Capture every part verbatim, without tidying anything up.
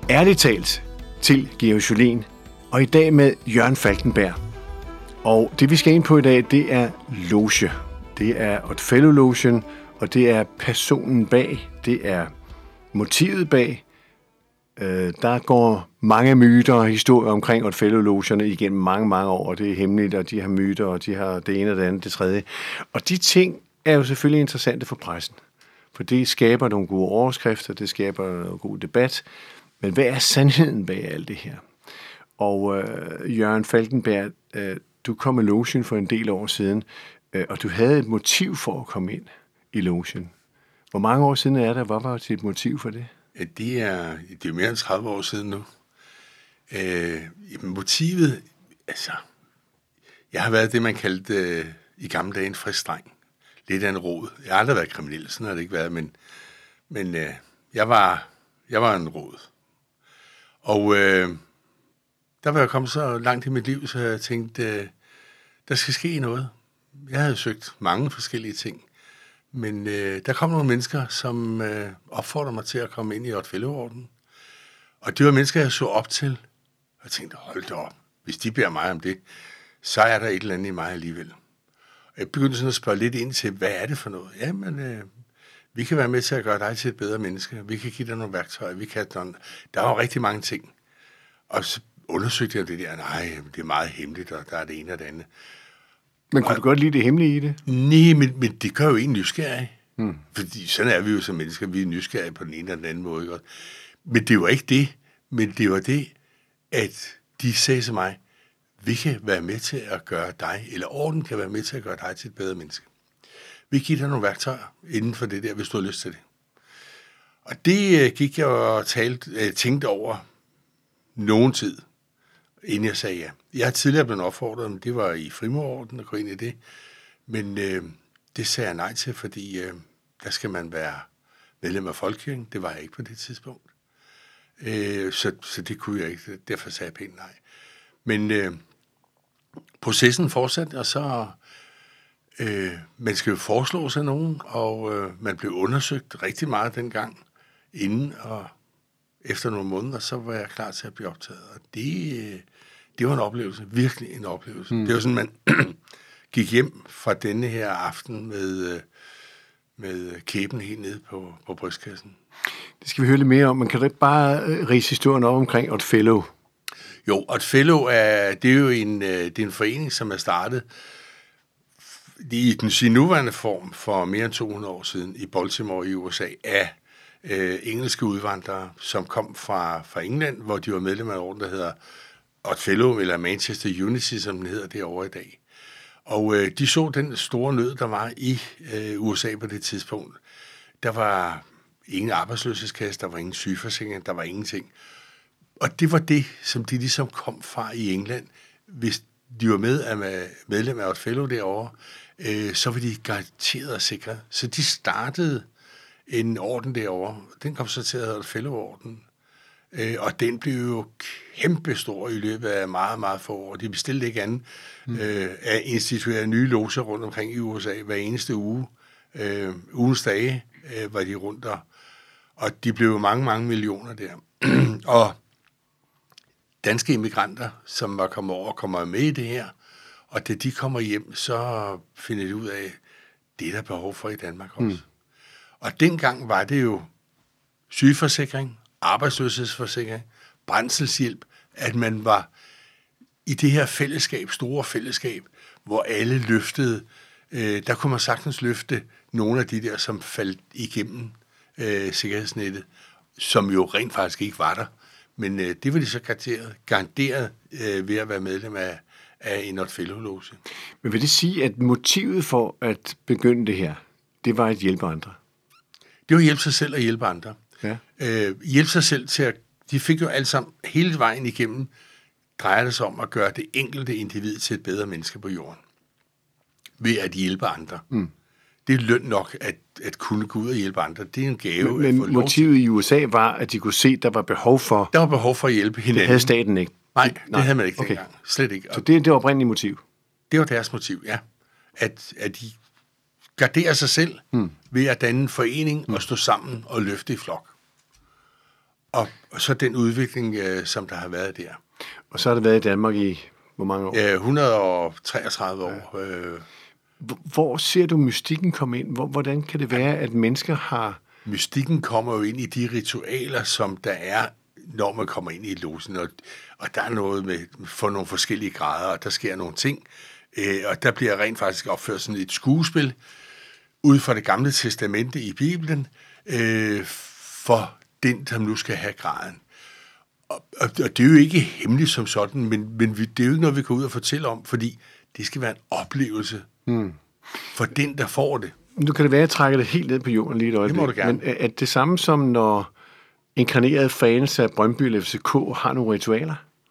Ærligt talt til Georg Jolén, og i dag med Jørgen Falkenberg. Og det vi skal ind på i dag, det er loge. Det er Oddfellow-logen, og det er personen bag, det er motivet bag. Øh, der går mange myter og historier omkring Oddfellow-logerne igennem mange, mange år, og det er hemmeligt, og de har myter, og de har det ene og det andet, det tredje. Og de ting er jo selvfølgelig interessante for pressen, for det skaber nogle gode overskrifter, det skaber noget god debat. Men hvad er sandheden bag alt det her? Og øh, Jørgen Falkenberg, øh, du kom med logen for en del år siden, øh, og du havde et motiv for at komme ind i logen. Hvor mange år siden er der? Hvad var dit motiv for det? Ja, det er, det er mere end tredive år siden nu. Øh, motivet, altså, jeg har været det, man kaldte øh, i gamle dage en frisk dreng. Lidt af en rod. Jeg har aldrig været kriminel, sådan har det ikke været, men, men øh, jeg, var, jeg var en rod. Og øh, der var jeg kommet så langt i mit liv, så jeg tænkte, øh, der skal ske noget. Jeg havde søgt mange forskellige ting, men øh, der kom nogle mennesker, som øh, opfordrede mig til at komme ind i Oddfellow-ordenen. Og det var mennesker, jeg så op til. Og jeg tænkte, hold da op, hvis de beder mig om det, så er der et eller andet i mig alligevel. Og jeg begyndte sådan at spørge lidt ind til, hvad er det for noget? Jamen, øh, vi kan være med til at gøre dig til et bedre menneske. Vi kan give dig nogle værktøjer. Vi kan, der var rigtig mange ting. Og så undersøgte jeg det der, nej, det er meget hemmeligt, og der er det ene og det andet. Men kunne og, du godt lide det hemmelige i det? Nej, men, men det gør jo en nysgerrig. Hmm. Fordi sådan er vi jo som mennesker, vi er nysgerrige på den ene eller den anden måde. Ikke? Men det var ikke det, men det var det, at de sagde til mig, vi kan være med til at gøre dig, eller orden kan være med til at gøre dig til et bedre menneske. Vi giver dig nogle værktøjer inden for det der, hvis du har lyst til det. Og det gik jeg og talte, tænkte over nogen tid, inden jeg sagde ja. Jeg har tidligere blevet opfordret, men det var i Frimurerordenen at gå ind i det. Men øh, det sagde jeg nej til, fordi øh, der skal man være medlem af Folkekirken. Det var jeg ikke på det tidspunkt. Øh, så, så det kunne jeg ikke. Derfor sagde jeg pænt nej. Men øh, processen fortsatte, og så øh, man skal jo foreslå sig nogen, og øh, man blev undersøgt rigtig meget dengang inden, og efter nogle måneder, så var jeg klar til at blive optaget. Og det, øh, det var en oplevelse, virkelig en oplevelse. Mm. Det var sådan, man gik hjem fra denne her aften med, øh, med kæben helt nede på, på brystkassen. Det skal vi høre lidt mere om, men kan du ikke bare ridse historien op omkring Oddfellow? Jo, Oddfellow er, det er jo en, det er en forening, som er startet i den sin nuværende form for mere end to hundrede år siden i Baltimore i U S A af øh, engelske udvandrere, som kom fra, fra England, hvor de var medlemmer af en orden, der hedder Oddfellow, eller Manchester Unity, som den hedder derovre i dag. Og øh, de så den store nød, der var i øh, U S A på det tidspunkt. Der var ingen arbejdsløshedskasse, der var ingen sygeforsikring, der var ingenting. Og det var det, som de ligesom kom fra i England. Hvis de var med af medlem af Oddfellow derovre, øh, så var de garanteret og sikre. Så de startede en orden derovre. Den kom så til at hedde Oddfellow-orden. Øh, og den blev jo kæmpestor i løbet af meget, meget få år. De bestilte ikke andet mm. øh, at instituere nye loger rundt omkring i U S A hver eneste uge. Øh, ugens dage øh, var de rundt der. Og de blev mange, mange millioner der. Og danske immigranter, som var kommet over, kommer med i det her, og da de kommer hjem, så finder de ud af, det er der behov for i Danmark også. Mm. Og dengang var det jo sygeforsikring, arbejdsløshedsforsikring, brændselshjælp, at man var i det her fællesskab, store fællesskab, hvor alle løftede, øh, der kunne man sagtens løfte nogle af de der, som faldt igennem øh, sikkerhedsnettet, som jo rent faktisk ikke var der. Men øh, det var de så garanteret, garanteret øh, ved at være medlem af, af en Oddfellow-loge. Men vil det sige, at motivet for at begynde det her, det var at hjælpe andre? Det var at hjælpe sig selv og hjælpe andre. Ja. Øh, hjælpe sig selv til at... De fik jo alle sammen hele vejen igennem, drejer det sig om at gøre det enkelte individ til et bedre menneske på jorden. Ved at hjælpe andre. Mm. Det er løn nok at, at kunne gå ud og hjælpe andre. Det er en gave. Men, men motivet i U S A var, at de kunne se, at der var behov for... Der var behov for at hjælpe hinanden. Det havde staten ikke? Nej, det Nej. havde man ikke okay. dengang. Slet ikke. Så det er det oprindelige motiv? Det var deres motiv, ja. At, at de garderer sig selv hmm. ved at danne en forening hmm. og stå sammen og løfte i flok. Og, og så den udvikling, øh, som der har været der. Og så har det været i Danmark i hvor mange år? Ja, et hundrede og treogtredive år. Ja. Øh. Hvor ser du mystikken komme ind? Hvordan kan det være, at mennesker har... Mystikken kommer jo ind i de ritualer, som der er, når man kommer ind i logen. Og, og der er noget med for nogle forskellige grader, og der sker nogle ting. Øh, og der bliver rent faktisk opført sådan et skuespil ud fra det gamle testamente i Bibelen øh, for den, som nu skal have graden. Og, og, og det er jo ikke hemmeligt som sådan, men, men vi, det er jo ikke noget, vi kan ud og fortælle om, fordi det skal være en oplevelse mm. for den, der får det. Nu kan det være, at jeg trækker det helt ned på jorden lige et øjeblik. Det må du gerne. Men er det samme som, når inkarnerede fans af Brøndby eller F C K har nogle ritualer?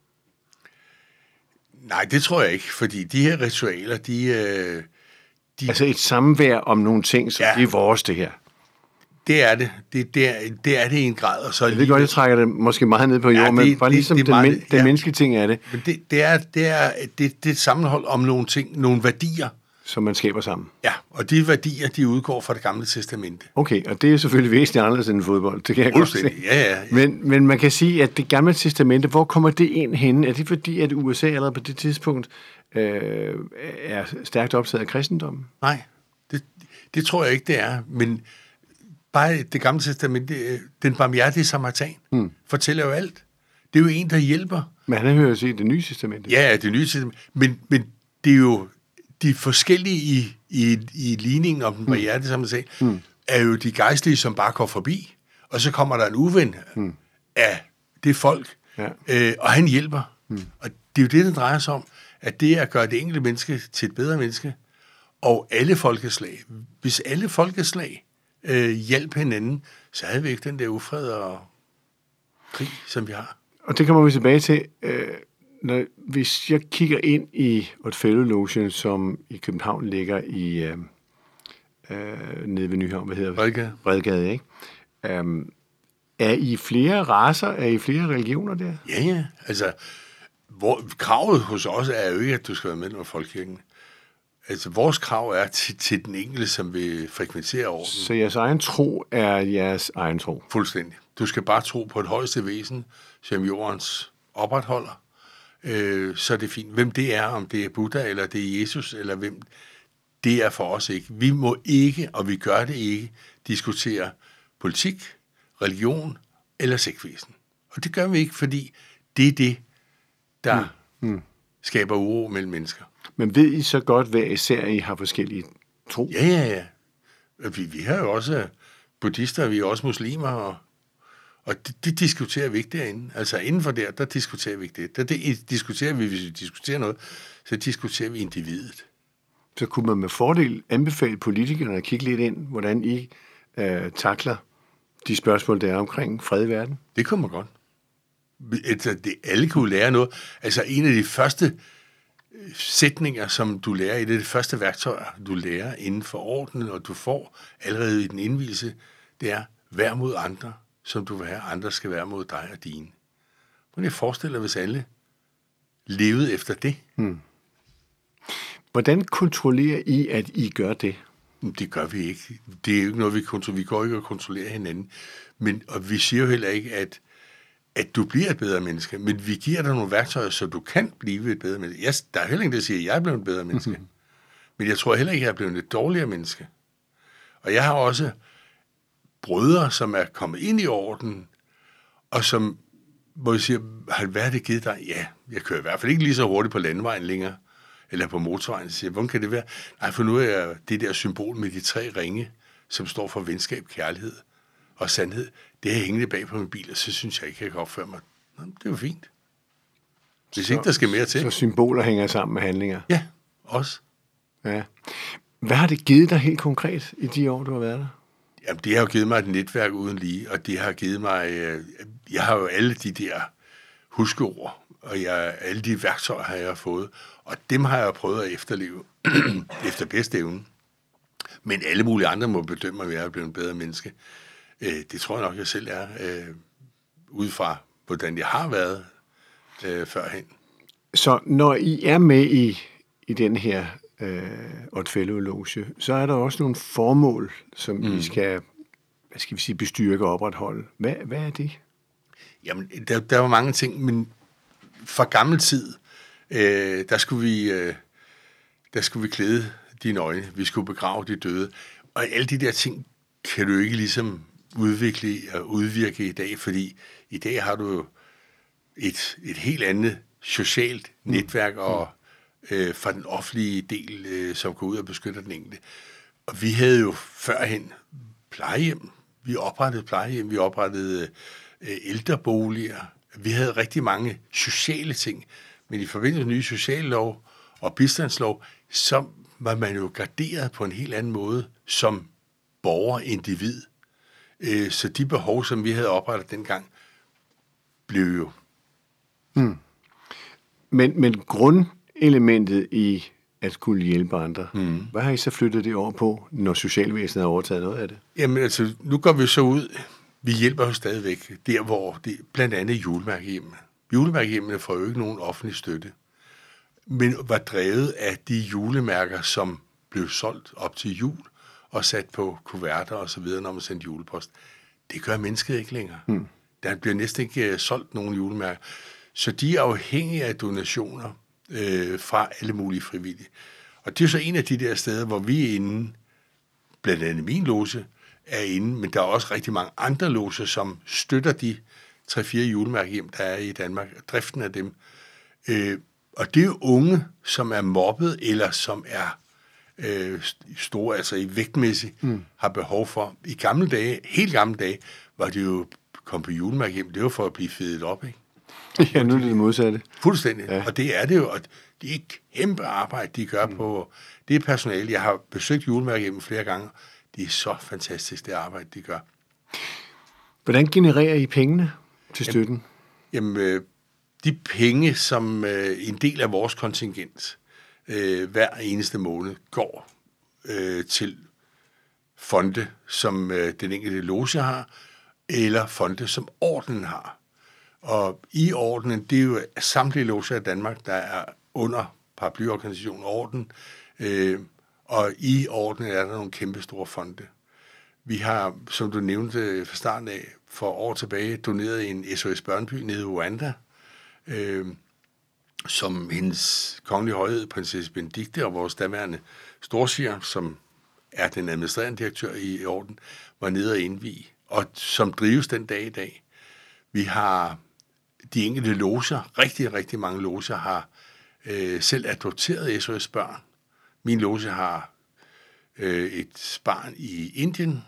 Nej, det tror jeg ikke, fordi de her ritualer, de... Øh, de altså et samvær om nogle ting, som ja. Det er vores, det her. Det er det. Det, det, er, det er det i en grad. Og så jeg ved godt, jeg trækker det måske meget ned på jorden, ja, det, men bare det, ligesom det, det den, meget, den ja. menneskelige ting er det. Men det, det er det er det, det er et sammenhold om nogle ting, nogle værdier. Som man skaber sammen. Ja, og de værdier, de udgår fra det gamle testamente. Okay, og det er selvfølgelig væsentligt anderledes end fodbold, det kan jeg godt se. Ja, ja, ja. Men, men man kan sige, at det gamle testamente, hvor kommer det ind henne? Er det fordi, at U S A allerede på det tidspunkt øh, er stærkt optaget af kristendommen? Nej, det, det tror jeg ikke, det er. Men bare det gamle testamente, den barmhjertige samaritan, hmm. fortæller jo alt. Det er jo en, der hjælper. Men han hører jo sige det nye testamente. Ja, det nye testamente. Men, men det er jo de forskellige i, i, i ligningen om den barmhjertige samaritan, hmm. er jo de gejstlige, som bare går forbi. Og så kommer der en uven hmm. af det folk, ja. øh, og han hjælper. Hmm. Og det er jo det, det drejer sig om, at det er at gøre det enkelte menneske til et bedre menneske. Og alle folkeslag. Hvis alle folkeslag øh, hjalp hinanden, så havde vi ikke den der ufred og krig, som vi har. Og det kommer vi tilbage til. Øh, når, hvis jeg kigger ind i Othello-logen, som i København ligger i øh, øh, nede ved Nyhavn, hvad hedder det? Bredgade. Bredgade, ikke? Um, er I flere racer? Er I flere religioner der? Ja, ja. Altså, hvor, kravet hos os er jo ikke, at du skal være medlem af folkekirken. Altså, vores krav er til, til den enkelte, som vil frekventere orden. Så jeres egen tro er jeres egen tro? Fuldstændig. Du skal bare tro på et højeste væsen, som jordens opretholder. Øh, så er det fint. Hvem det er, om det er Buddha, eller det er Jesus, eller hvem, det er for os ikke. Vi må ikke, og vi gør det ikke, diskutere politik, religion eller sektvæsen. Og det gør vi ikke, fordi det er det, der mm. Mm. skaber uro mellem mennesker. Men ved I så godt, hvad især I har forskellige tro? Ja, ja, ja. Vi, vi har jo også buddhister, vi er også muslimer, og, og det, det diskuterer vi ikke derinde. Altså inden for der, der diskuterer vi ikke det. Der det, diskuterer vi, hvis vi diskuterer noget, så diskuterer vi individet. Så kunne man med fordel anbefale politikerne at kigge lidt ind, hvordan I øh, takler de spørgsmål, der er omkring fred i verden? Det kunne man godt. Altså, det, alle kunne lære noget. Altså en af de første sætninger, som du lærer i det, det første værktøj, du lærer inden for ordenen, og du får allerede i den indvielse, det er, vær mod andre, som du vil have, andre skal være mod dig og dine. Prøv lige at forestille dig, hvis alle levede efter det. Hmm. Hvordan kontrollerer I, at I gør det? Det gør vi ikke. Det er jo ikke noget, vi kontrollerer. Vi går ikke og kontrollerer hinanden. Men, og vi siger jo heller ikke, at at du bliver et bedre menneske, men vi giver dig nogle værktøjer, så du kan blive et bedre menneske. Jeg, der er heller ikke, der siger, at jeg er blevet et bedre menneske. Mm-hmm. Men jeg tror heller ikke, at jeg er blevet et dårligere menneske. Og jeg har også brødre, som er kommet ind i orden, og som, hvor jeg siger, hvad har det givet dig? Ja, jeg kører i hvert fald ikke lige så hurtigt på landvejen længere, eller på motorvejen. Så siger, hvordan kan det være? Nej, for nu er jeg det der symbol med de tre ringe, som står for venskab, kærlighed og sandhed. Det er hængende bag på min bil, og så synes jeg ikke, jeg kan opføre mig. Nå, det er jo fint. Hvis så, ikke der skal mere til. Så symboler hænger sammen med handlinger? Ja, også. Ja. Hvad har det givet dig helt konkret i de år, du har været der? Jamen, det har jo givet mig et netværk uden lige, og det har givet mig... Øh, jeg har jo alle de der huskeord, og jeg, alle de værktøjer har jeg fået, og dem har jeg prøvet at efterleve efter bedste evne. Men alle mulige andre må bedømme, at jeg er blevet en bedre menneske. Det tror jeg nok, jeg selv er, øh, ud fra, hvordan jeg har været øh, førhen. Så når I er med i, i den her øh, Othello-loge, så er der også nogle formål, som mm. I skal, hvad skal vi sige, bestyrke og opretholde. Hvad, hvad er det? Jamen, der, der var mange ting, men fra gammel tid, øh, der skulle vi, øh, der skulle vi klæde dine øjne, vi skulle begrave de døde, og alle de der ting kan du ikke ligesom udvikle og udvirke i dag, fordi i dag har du jo et, et helt andet socialt netværk og øh, fra den offentlige del, øh, som går ud og beskytter den enkelte. Og vi havde jo førhen plejehjem, vi oprettede plejehjem, vi oprettede øh, ældreboliger, vi havde rigtig mange sociale ting, men i forbindelse med nye sociallov og bistandslov, så var man jo graderet på en helt anden måde som borger, individ. Øh, så de behov, som vi havde oprettet dengang, blev jo. Mm. Men, men grundelementet i at skulle hjælpe andre, mm. hvad har I så flyttet det over på, når socialvæsenet har overtaget noget af det? Jamen altså, nu går vi så ud, vi hjælper jo stadigvæk der, hvor det blandt andet julemærkehjemmene. Julemærkehjemmene får jo ikke nogen offentlig støtte, men var drevet af de julemærker, som blev solgt op til jul og sat på kuverter og så videre, når man sendte julepost. Det gør mennesket ikke længere. Mm. Der bliver næsten ikke solgt nogen julemærker. Så de er afhængige af donationer øh, fra alle mulige frivillige. Og det er så en af de der steder, hvor vi er inde, blandt andet min loge er inde, men der er også rigtig mange andre loger, som støtter de tre-fire julemærkehjem, der er i Danmark, driften af dem. Øh, og det er jo unge, som er mobbet, eller som er øh, store, altså i vægtmæssigt, mm. har behov for. I gamle dage, helt gamle dage, var det jo kom på julemærkehjem, det var for at blive fedet op, ikke? Ja, nu er det det modsatte. Fuldstændig. Ja. Og det er det jo, og det er kæmpe arbejde, de gør mm. på det personale. Jeg har besøgt julemærkehjem flere gange. Det er så fantastisk, det arbejde, de gør. Hvordan genererer I pengene til støtten? Jamen, jamen de penge, som øh, en del af vores kontingent øh, hver eneste måned går øh, til fonde, som øh, den enkelte loge har, eller fonde, som ordenen har. Og i ordenen, det er jo samtlige loger i Danmark, der er under paraplyorganisationen Orden, øh, og i ordenen er der nogle kæmpe store fonde. Vi har, som du nævnte fra starten af, for år tilbage doneret en S O S Børneby nede i Rwanda, øh, som hendes kongelige højhed, prinsesse Benedikte og vores daværende storsiger, som er den administrerende direktør i Orden, var nede og indvige, og som drives den dag i dag. Vi har de enkelte loger, rigtig, rigtig mange loger, har øh, selv adopteret S O S børn. Min loge har øh, et barn i Indien,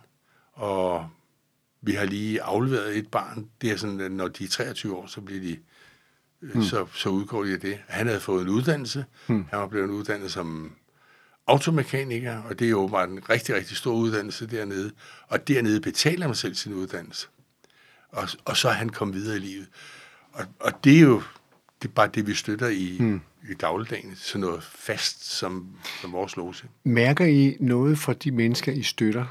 og vi har lige afleveret et barn. Det er sådan, at når de er treogtyve år, så bliver de, øh, hmm. så, så udgår de af det. Han havde fået en uddannelse. Hmm. Han var blevet uddannet som automekaniker, og det er jo åbenbart en rigtig, rigtig stor uddannelse dernede. Og dernede betaler man selv sin uddannelse. Og, og så er han kommet videre i livet. Og, og det er jo det er bare det, vi støtter i, hmm. i dagligdagen. Sådan noget fast som, som vores loge. Mærker I noget fra de mennesker, I støtter?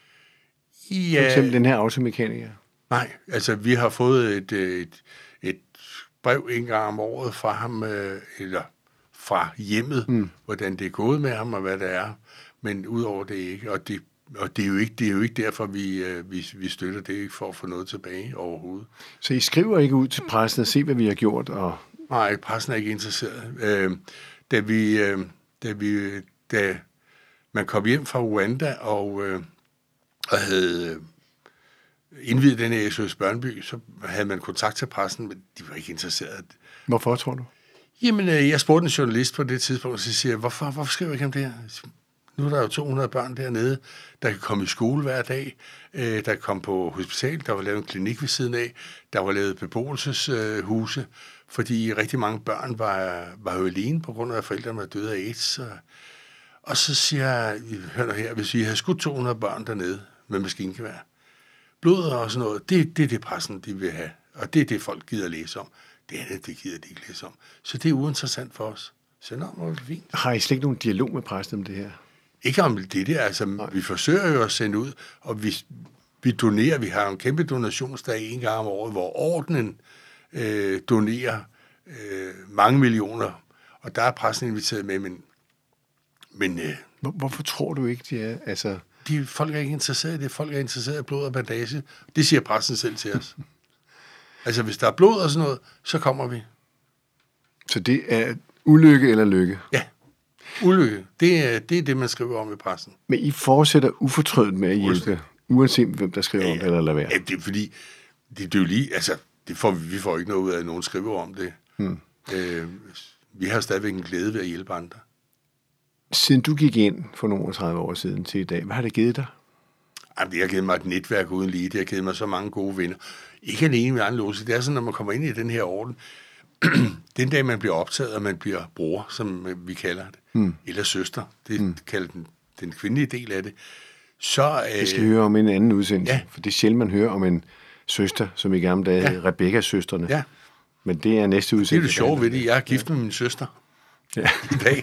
Ja. For eksempel den her automekaniker? Nej, altså vi har fået et, et, et brev en gang om året fra ham, eller fra hjemmet, mm. hvordan det er gået med ham og hvad det er. Men udover det ikke. Og det, og det er jo ikke, det er jo ikke derfor, vi, vi, vi støtter det, ikke for at få noget tilbage overhovedet. Så I skriver ikke ud til pressen og se, hvad vi har gjort? Og... Nej, pressen er ikke interesseret. Øh, da, vi, øh, da, vi, da man kom hjem fra Rwanda og, øh, og havde indvidet den her S O S Børneby, så havde man kontakt til pressen, men de var ikke interesseret. Hvorfor, tror du? Jamen, jeg spurgte en journalist på det tidspunkt, og så siger jeg, hvorfor, hvorfor skriver jeg ikke om det her? Nu er der jo to hundrede børn dernede, der kan komme i skole hver dag, øh, der kan komme på hospital, der var lavet en klinik ved siden af, der var lavet beboelseshuse, øh, fordi rigtig mange børn var, var jo alene på grund af, at forældrene var døde af AIDS. Og, og så siger jeg, hør nu her, hvis vi havde skudt to hundrede børn dernede med maskingevær, blod og sådan noget, det, det er det pressen, de vil have, og det er det, folk gider læse om. Det er det, det gider de ikke læse om. Så det er uinteressant for os. Så nå, må det fint. Har I slet ikke nogen dialog med pressen om det her? Ikke om det der, altså Nej. Vi forsøger jo at sende ud, og vi, vi donerer, vi har en kæmpe donationsdag en gang om året, hvor ordenen øh, donerer øh, mange millioner, og der er pressen inviteret med, men... men øh, Hvor, hvorfor tror du ikke, de er? Altså... De, folk er ikke interesseret i det, folk er interesseret i blod og bandage. Det siger pressen selv til os. Altså, hvis der er blod og sådan noget, så kommer vi. Så det er ulykke eller lykke? Ja, ulykke. Det er, det er det, man skriver om i pressen. Men I fortsætter ufortrødent med at hjælpe, uanset hvem der skriver ja, om det, eller lader være? Ja, det er fordi, det, det er jo lige, altså, det får, vi får ikke noget ud af, at nogen skriver om det. Hmm. Øh, vi har stadigvæk en glæde ved at hjælpe andre. Siden du gik ind for nogle tredive år siden til i dag, hvad har det givet dig? Jamen, det har givet mig et netværk uden lige. Det har givet mig så mange gode venner. Ikke alene med andre låse. Det er sådan, når man kommer ind i den her orden, den dag, man bliver optaget, og man bliver bror, som vi kalder det, mm. eller søster, det mm. kalder den, den kvindelige del af det, så... Vi skal øh, høre om en anden udsendelse, ja. For det er sjældent, man hører om en søster, som i gamle dage, ja. Rebekkas søstrene. Ja. Men det er næste udsendelse. Det er det sjove ved det. Jeg er gift ja. med min søster ja. i dag.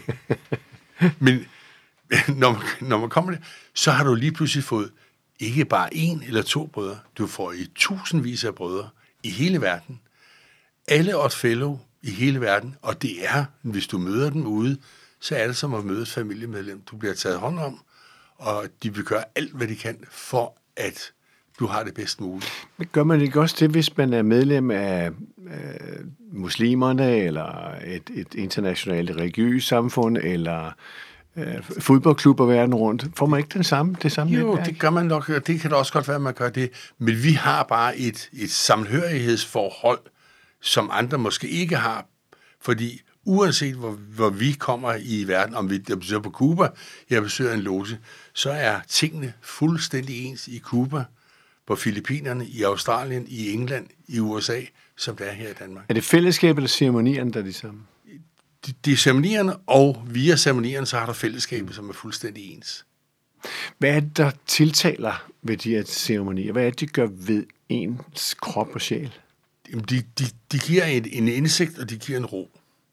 Men når man, når man kommer der, så har du lige pludselig fået ikke bare en eller to brødre, du får i tusindvis af brødre i hele verden. Alle Odd Fellow i hele verden, og det er, hvis du møder dem ude, så er det som at møde et familiemedlem. Du bliver taget hånd om, og de vil gøre alt, hvad de kan, for at du har det bedst muligt. Men gør man ikke også det, hvis man er medlem af øh, muslimerne, eller et, et internationalt religiøst samfund, eller øh, fodboldklubber verden rundt? Får man ikke den samme, det samme Jo, netværk? Det gør man nok, og det kan da også godt være, at man gør det. Men vi har bare et, et samhørighedsforhold, som andre måske ikke har, fordi uanset hvor, hvor vi kommer i verden, om vi besøger på Cuba, jeg besøger en loge, så er tingene fuldstændig ens i Cuba, på Filippinerne, i Australien, i England, i U S A, som det er her i Danmark. Er det fællesskabet eller ceremonierne, der er de samme? Det de er ceremonierne, og via ceremonierne, så har der fællesskabet, som er fuldstændig ens. Hvad er det, der tiltaler ved de her ceremonier? Hvad er det, de gør ved ens krop og sjæl? De, de, de giver en, en indsigt, og de giver en ro.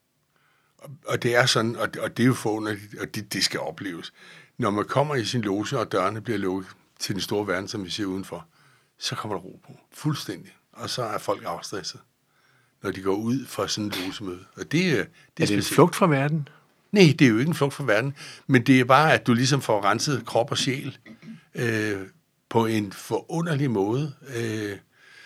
Og, og det er sådan, og, og det er jo forunderligt, og det, det skal opleves. Når man kommer i sin loge, og dørene bliver lukket til den store verden, som vi ser udenfor, så kommer der ro på. Fuldstændig. Og så er folk afstresset, når de går ud fra sådan en logemøde. Og det, det er, er det en flugt fra verden? Nej, det er jo ikke en flugt fra verden, men det er bare, at du ligesom får renset krop og sjæl øh, på en forunderlig måde. Øh,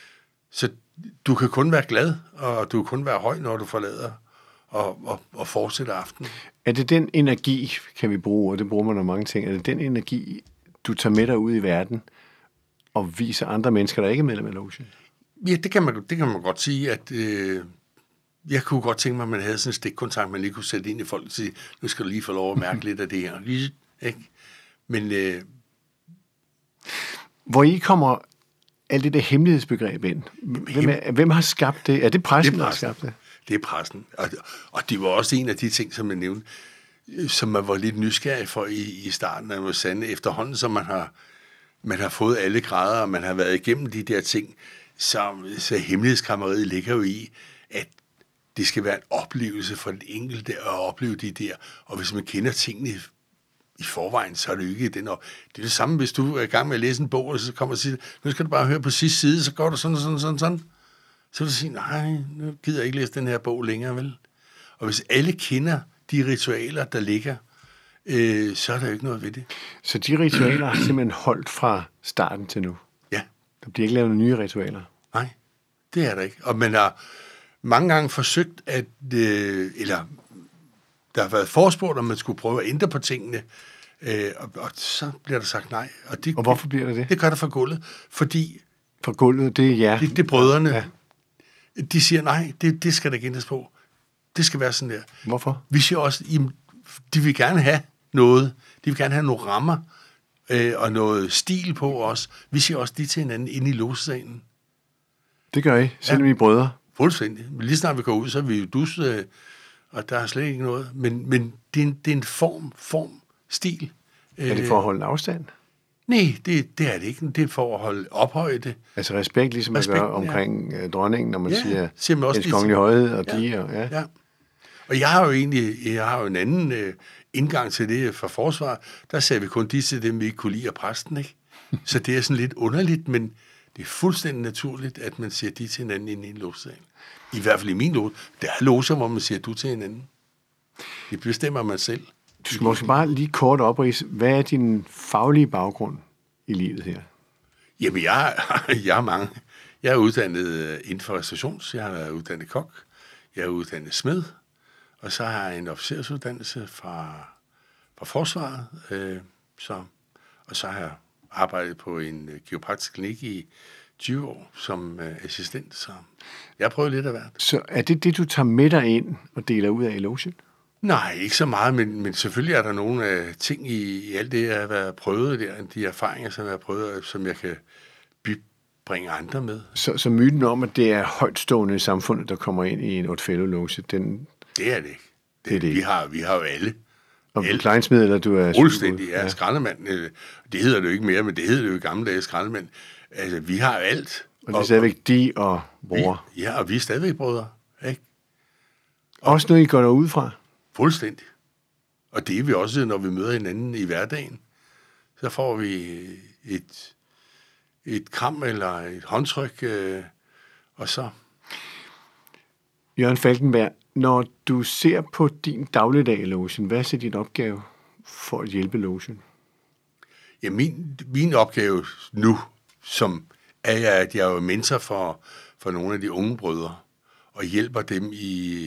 så du kan kun være glad, og du kan kun være høj, når du forlader og, og, og fortsætter aftenen. Er det den energi, kan vi bruge, og det bruger man af mange ting, er det den energi, du tager med dig ud i verden og viser andre mennesker, der ikke er medlem af logen? Ja, det kan man, det kan man godt sige, at øh, jeg kunne godt tænke mig, at man havde sådan en stikkontakt, man lige kunne sætte ind i folk og sige, nu skal du lige få lov at mærke lidt af det her. Ikke? Men... Øh, Hvor I kommer alt det der hemmelighedsbegreb ind. Hvem, er, hvem har skabt det? Er det pressen, det er pressen. der har skabt det? Det er pressen. Og, og det var også en af de ting, som jeg nævnte, som man var lidt nysgerrig for i, i starten af Mosanne. Efterhånden, som man har, man har fået alle grader, og man har været igennem de der ting, så, så hemmelighedskrammeriet ligger jo i, at det skal være en oplevelse for den enkelte at opleve de der. Og hvis man kender tingene i forvejen, så er det jo ikke den. Og det er det samme, hvis du er i gang med at læse en bog, og så kommer og siger, nu skal du bare høre på sidste side, så går du sådan, sådan, sådan, sådan. Så vil du sige, nej, nu gider jeg ikke læse den her bog længere, vel? Og hvis alle kender de ritualer, der ligger, øh, så er der jo ikke noget ved det. Så de ritualer har simpelthen holdt fra starten til nu? Ja. Der bliver ikke lavet nye ritualer? Nej, det er der ikke. Og man har mange gange forsøgt, at, øh, eller der har været forespurgt, om man skulle prøve at ændre på tingene, øh, og, og så bliver der sagt nej. Og, det, og hvorfor bliver der det? Det gør der fra gulvet, fordi... Fra gulvet, det er jer? Det, det er brødrene. Ja. De siger, nej, det, det skal der ikke ændres på. Det skal være sådan der. Hvorfor? Vi siger også, jamen, de vil gerne have noget. De vil gerne have nogle rammer øh, og noget stil på os. Vi siger også de til hinanden inde i logesalen. Det gør I, selvom ja. I er brødre? Fuldstændig. Men lige snart vi går ud, så er vi jo dus, øh, og der er slet ikke noget. Men, men det, er en, det er en form, form, stil. Er det for at holde en afstand? Nej, det, det er det ikke. Det er for at holde ophøjde. Altså respekt, ligesom man gør omkring ja. dronningen, når man ja, siger, siger hendes kongelige højhed og ja. de. Og, ja. ja. Og jeg har jo egentlig jeg har jo en anden øh, indgang til det fra forsvar. Der sagde vi kun de til dem, vi ikke kunne lide af præsten, ikke? Så det er sådan lidt underligt, men det er fuldstændig naturligt, at man siger de til hinanden inde i en logesal. I hvert fald i min loge. Der er loger, hvor man siger du til hinanden. Det bestemmer man selv. Du skal måske bare lige kort oprise. Hvad er din faglige baggrund i livet her? Jamen, jeg, jeg har mange. Jeg er uddannet inden for restaurations, jeg har været uddannet kok, jeg er uddannet smed, og så har jeg en officersuddannelse fra, fra forsvaret, øh, så, og så har jeg arbejdet på en kiropraktisk klinik i tyve år som øh, assistent, så jeg har prøvet lidt af hvert. Så er det det, du tager med dig ind og deler ud af i logen? Nej, ikke så meget, men, men selvfølgelig er der nogle øh, ting i, i alt det, jeg har været prøvet der, de erfaringer, som jeg har prøvet, som jeg kan bibringe andre med. Så, så myten om, at det er højtstående i samfundet, der kommer ind i en Odd Fellow-loge, den... Det er det ikke. Det, det er det ikke. Vi har, vi har jo alle. Og du er kleinsmed, eller du er... Fuldstændig, ja. Skraldemand. Det hedder det jo ikke mere, men det hedder det jo i gamle dage, skraldemand. Altså, vi har alt. Og det er stadigvæk de og bror. Vi, ja, og vi er stadigvæk brødre, ikke? Og også noget, I går derud fra? Fuldstændig. Og det er vi også, når vi møder hinanden i hverdagen. Så får vi et, et kram eller et håndtryk, øh, og så... Jørgen Falkenberg, når du ser på din dagligdag i logen, hvad er så din opgave for at hjælpe logen? Ja, min, min opgave nu, som er, at jeg er mentor for, for nogle af de unge brødre, og hjælper dem i,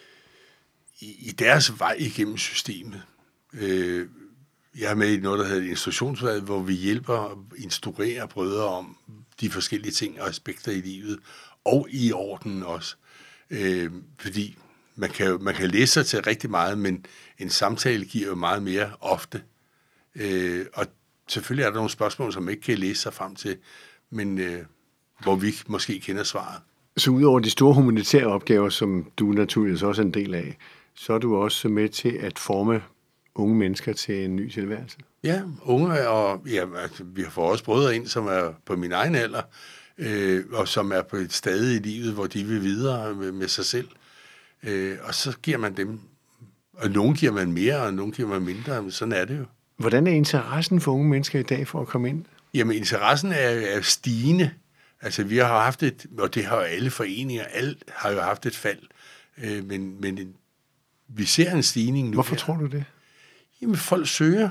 i, i deres vej igennem systemet. Øh, jeg er med i noget, der hedder instruktionsvalg, hvor vi hjælper instruerer brødre om de forskellige ting og aspekter i livet, og i orden også. Øh, fordi man kan, man kan læse sig til rigtig meget, men en samtale giver jo meget mere ofte. Øh, og selvfølgelig er der nogle spørgsmål, som man ikke kan læse sig frem til, men øh, hvor vi måske kender svaret. Så udover de store humanitære opgaver, som du naturligvis også er en del af, så er du også med til at forme unge mennesker til en ny tilværelse? Ja, unge, og ja, altså, vi har fået også brødre ind, som er på min egen alder, øh, og som er på et stade i livet, hvor de vil videre med, med sig selv. Øh, og så giver man dem, og nogen giver man mere, og nogen giver man mindre, men sådan er det jo. Hvordan er interessen for unge mennesker i dag for at komme ind? Jamen, interessen er, er stigende. Altså, vi har haft et, og det har jo alle foreninger, alt har jo haft et fald, øh, men, men vi ser en stigning nu. Hvorfor her. tror du det? Jamen, folk søger,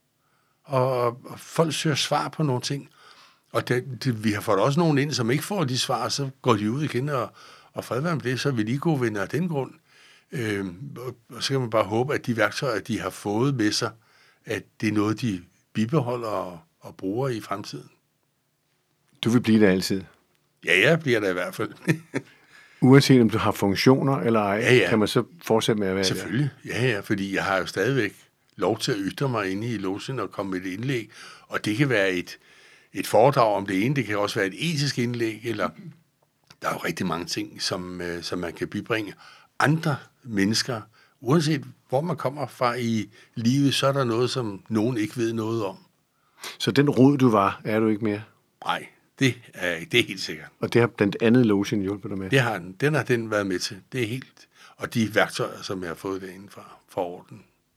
og, og folk søger svar på nogle ting. Og det, det, vi har fået også nogen ind, som ikke får de svar, så går de ud igen, og, og fred være med det, så er vi lige gode venner af den grund. Øh, og, og så kan man bare håbe, at de værktøjer, de har fået med sig, at det er noget, de bibeholder og, og bruger i fremtiden. Du vil blive der altid? Ja, jeg bliver der i hvert fald. Uanset om du har funktioner eller ej, ja, ja. kan man så fortsætte med at være Selvfølgelig, der? ja, ja, fordi jeg har jo stadigvæk lov til at ytre mig inde i logen og komme med et indlæg, og det kan være et, et foredrag om det ene, det kan også være et etisk indlæg, eller der er jo rigtig mange ting, som, som man kan bibringe andre mennesker, uanset hvor man kommer fra i livet, så er der noget, som nogen ikke ved noget om. Så den rod, du var, er du ikke mere? Nej, det er, det er helt sikkert. Og det har blandt andet logen hjulpet dig med? Det har den. Den har den været med til. Det er helt. Og de værktøjer, som jeg har fået derinde fra, fra orden.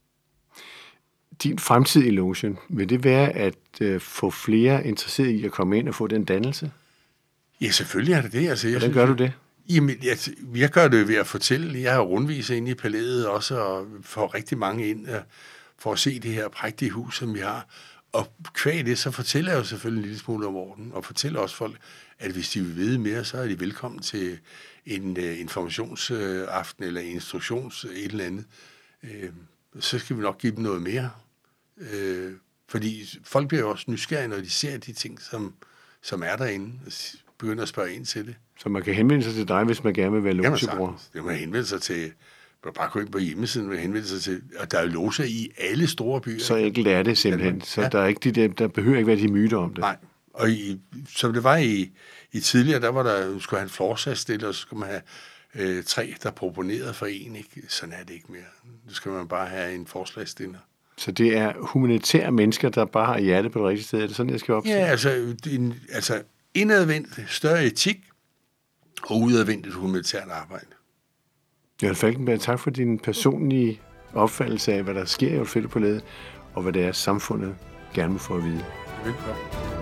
Din fremtid i logen, vil det være at øh, få flere interesseret i at komme ind og få den dannelse? Ja, selvfølgelig er det det. Altså, jeg Hvordan synes, gør du det? Jamen, jeg, jeg gør det ved at fortælle. Jeg har rundviser inde i palæet også, og får rigtig mange ind uh, for at se det her prægtige hus, som vi har. Og kvæg det, så fortæller jeg jo selvfølgelig en lille smule om orden, og fortæller også folk, at hvis de vil vide mere, så er de velkommen til en uh, informationsaften uh, eller instruktions uh, et eller andet. Uh, så skal vi nok give dem noget mere. Uh, fordi folk bliver jo også nysgerrige, når de ser de ting, som, som er derinde, og begynder at spørge ind til det. Så man kan henvende sig til dig, hvis man gerne vil være logebror? Det må henvende sig til, man bare gå ind på hjemmesiden og henvende sig til, og der er jo loger i alle store byer. Så enkelt er det simpelthen. Så ja. der, er ikke de der, der behøver ikke være de myter om det. Nej, og i, som det var i, i tidligere, der var der, skulle have en florsatsstil, og så skulle man have øh, tre, der proponerede for en. Ikke? Sådan er det ikke mere. Nu skal man bare have en forslagsstiller. Så det er humanitære mennesker, der bare har hjertet på det rigtige sted? Er det sådan, jeg skal opsætte? Ja, altså, en, altså indadvendt større etik, og udadvendt humanitært arbejde. Jørgen Falkenberg, tak for din personlige opfattelse af, hvad der sker i Odd Fellow på Lade, og hvad det er, samfundet gerne må få at vide. Velkommen.